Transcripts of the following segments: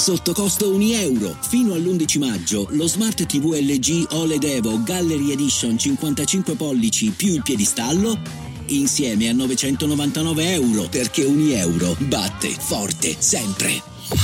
sotto costo €1. Fino all'11 maggio lo Smart TV LG OLED Evo Gallery Edition 55 pollici più il piedistallo insieme a €999, perché €1 batte forte sempre.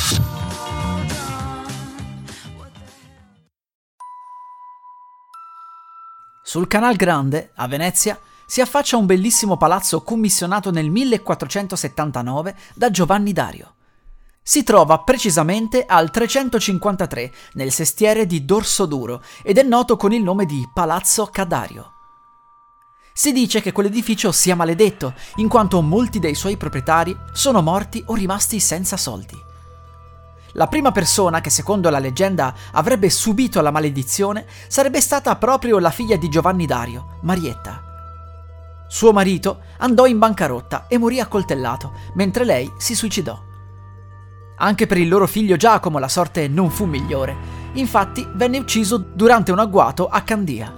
Sul Canal Grande, a Venezia, si affaccia un bellissimo palazzo commissionato nel 1479 da Giovanni Dario. Si trova precisamente al 353 nel sestiere di Dorsoduro ed è noto con il nome di Palazzo Cadario. Si dice che quell'edificio sia maledetto, in quanto molti dei suoi proprietari sono morti o rimasti senza soldi. La prima persona che, secondo la leggenda, avrebbe subito la maledizione sarebbe stata proprio la figlia di Giovanni Dario, Marietta. Suo marito andò in bancarotta e morì accoltellato, mentre lei si suicidò. Anche per il loro figlio Giacomo la sorte non fu migliore, infatti venne ucciso durante un agguato a Candia.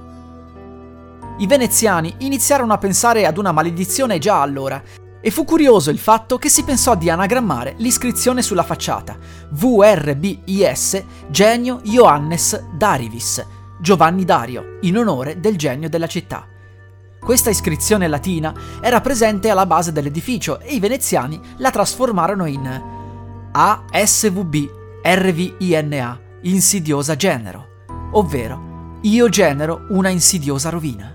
I veneziani iniziarono a pensare ad una maledizione già allora, e fu curioso il fatto che si pensò di anagrammare l'iscrizione sulla facciata VRBIS Genio Ioannes Darivis, Giovanni Dario, in onore del genio della città. Questa iscrizione latina era presente alla base dell'edificio e i veneziani la trasformarono in ASVB RVINA, insidiosa genero, ovvero io genero una insidiosa rovina.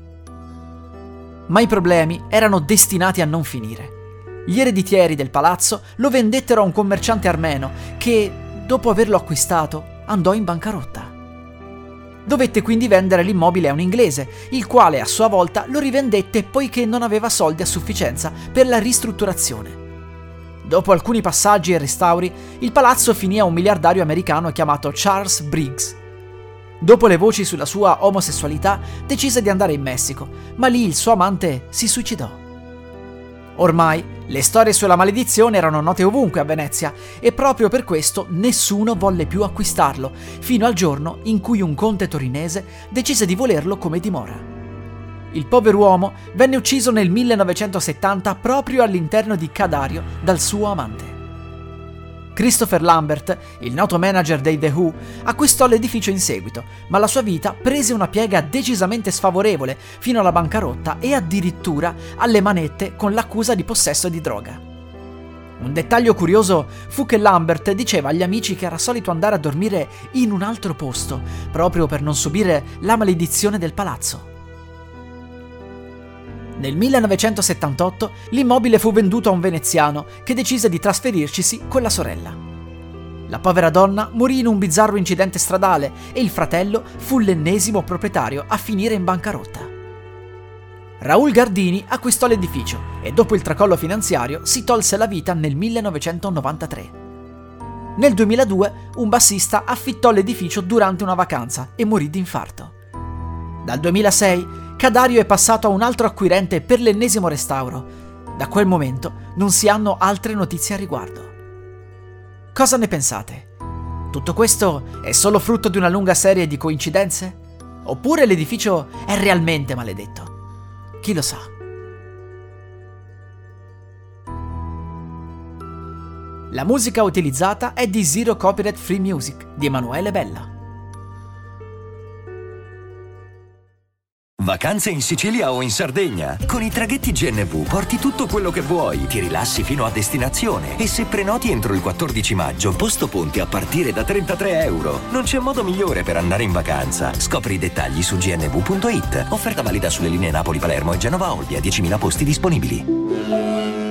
Ma i problemi erano destinati a non finire. Gli ereditieri del palazzo lo vendettero a un commerciante armeno che, dopo averlo acquistato, andò in bancarotta. Dovette quindi vendere l'immobile a un inglese, il quale a sua volta lo rivendette poiché non aveva soldi a sufficienza per la ristrutturazione. Dopo alcuni passaggi e restauri, il palazzo finì a un miliardario americano chiamato Charles Briggs. Dopo le voci sulla sua omosessualità, decise di andare in Messico, ma lì il suo amante si suicidò. Ormai le storie sulla maledizione erano note ovunque a Venezia e proprio per questo nessuno volle più acquistarlo, fino al giorno in cui un conte torinese decise di volerlo come dimora. Il pover'uomo venne ucciso nel 1970 proprio all'interno di Cadario dal suo amante. Christopher Lambert, il noto manager dei The Who, acquistò l'edificio in seguito, ma la sua vita prese una piega decisamente sfavorevole fino alla bancarotta e addirittura alle manette con l'accusa di possesso di droga. Un dettaglio curioso fu che Lambert diceva agli amici che era solito andare a dormire in un altro posto, proprio per non subire la maledizione del palazzo. Nel 1978 l'immobile fu venduto a un veneziano che decise di trasferircisi con la sorella. La povera donna morì in un bizzarro incidente stradale e il fratello fu l'ennesimo proprietario a finire in bancarotta. Raul Gardini acquistò l'edificio e dopo il tracollo finanziario si tolse la vita nel 1993. Nel 2002 un bassista affittò l'edificio durante una vacanza e morì di infarto. Dal 2006 Cadario è passato a un altro acquirente per l'ennesimo restauro. Da quel momento non si hanno altre notizie a riguardo. Cosa ne pensate? Tutto questo è solo frutto di una lunga serie di coincidenze? Oppure l'edificio è realmente maledetto? Chi lo sa? La musica utilizzata è di Zero Copyright Free Music di Emanuele Bella. Vacanze in Sicilia o in Sardegna? Con i traghetti GNV porti tutto quello che vuoi, ti rilassi fino a destinazione e se prenoti entro il 14 maggio, posto ponti a partire da €33. Non c'è modo migliore per andare in vacanza. Scopri i dettagli su gnv.it. Offerta valida sulle linee Napoli-Palermo e Genova-Olbia, 10.000 posti disponibili.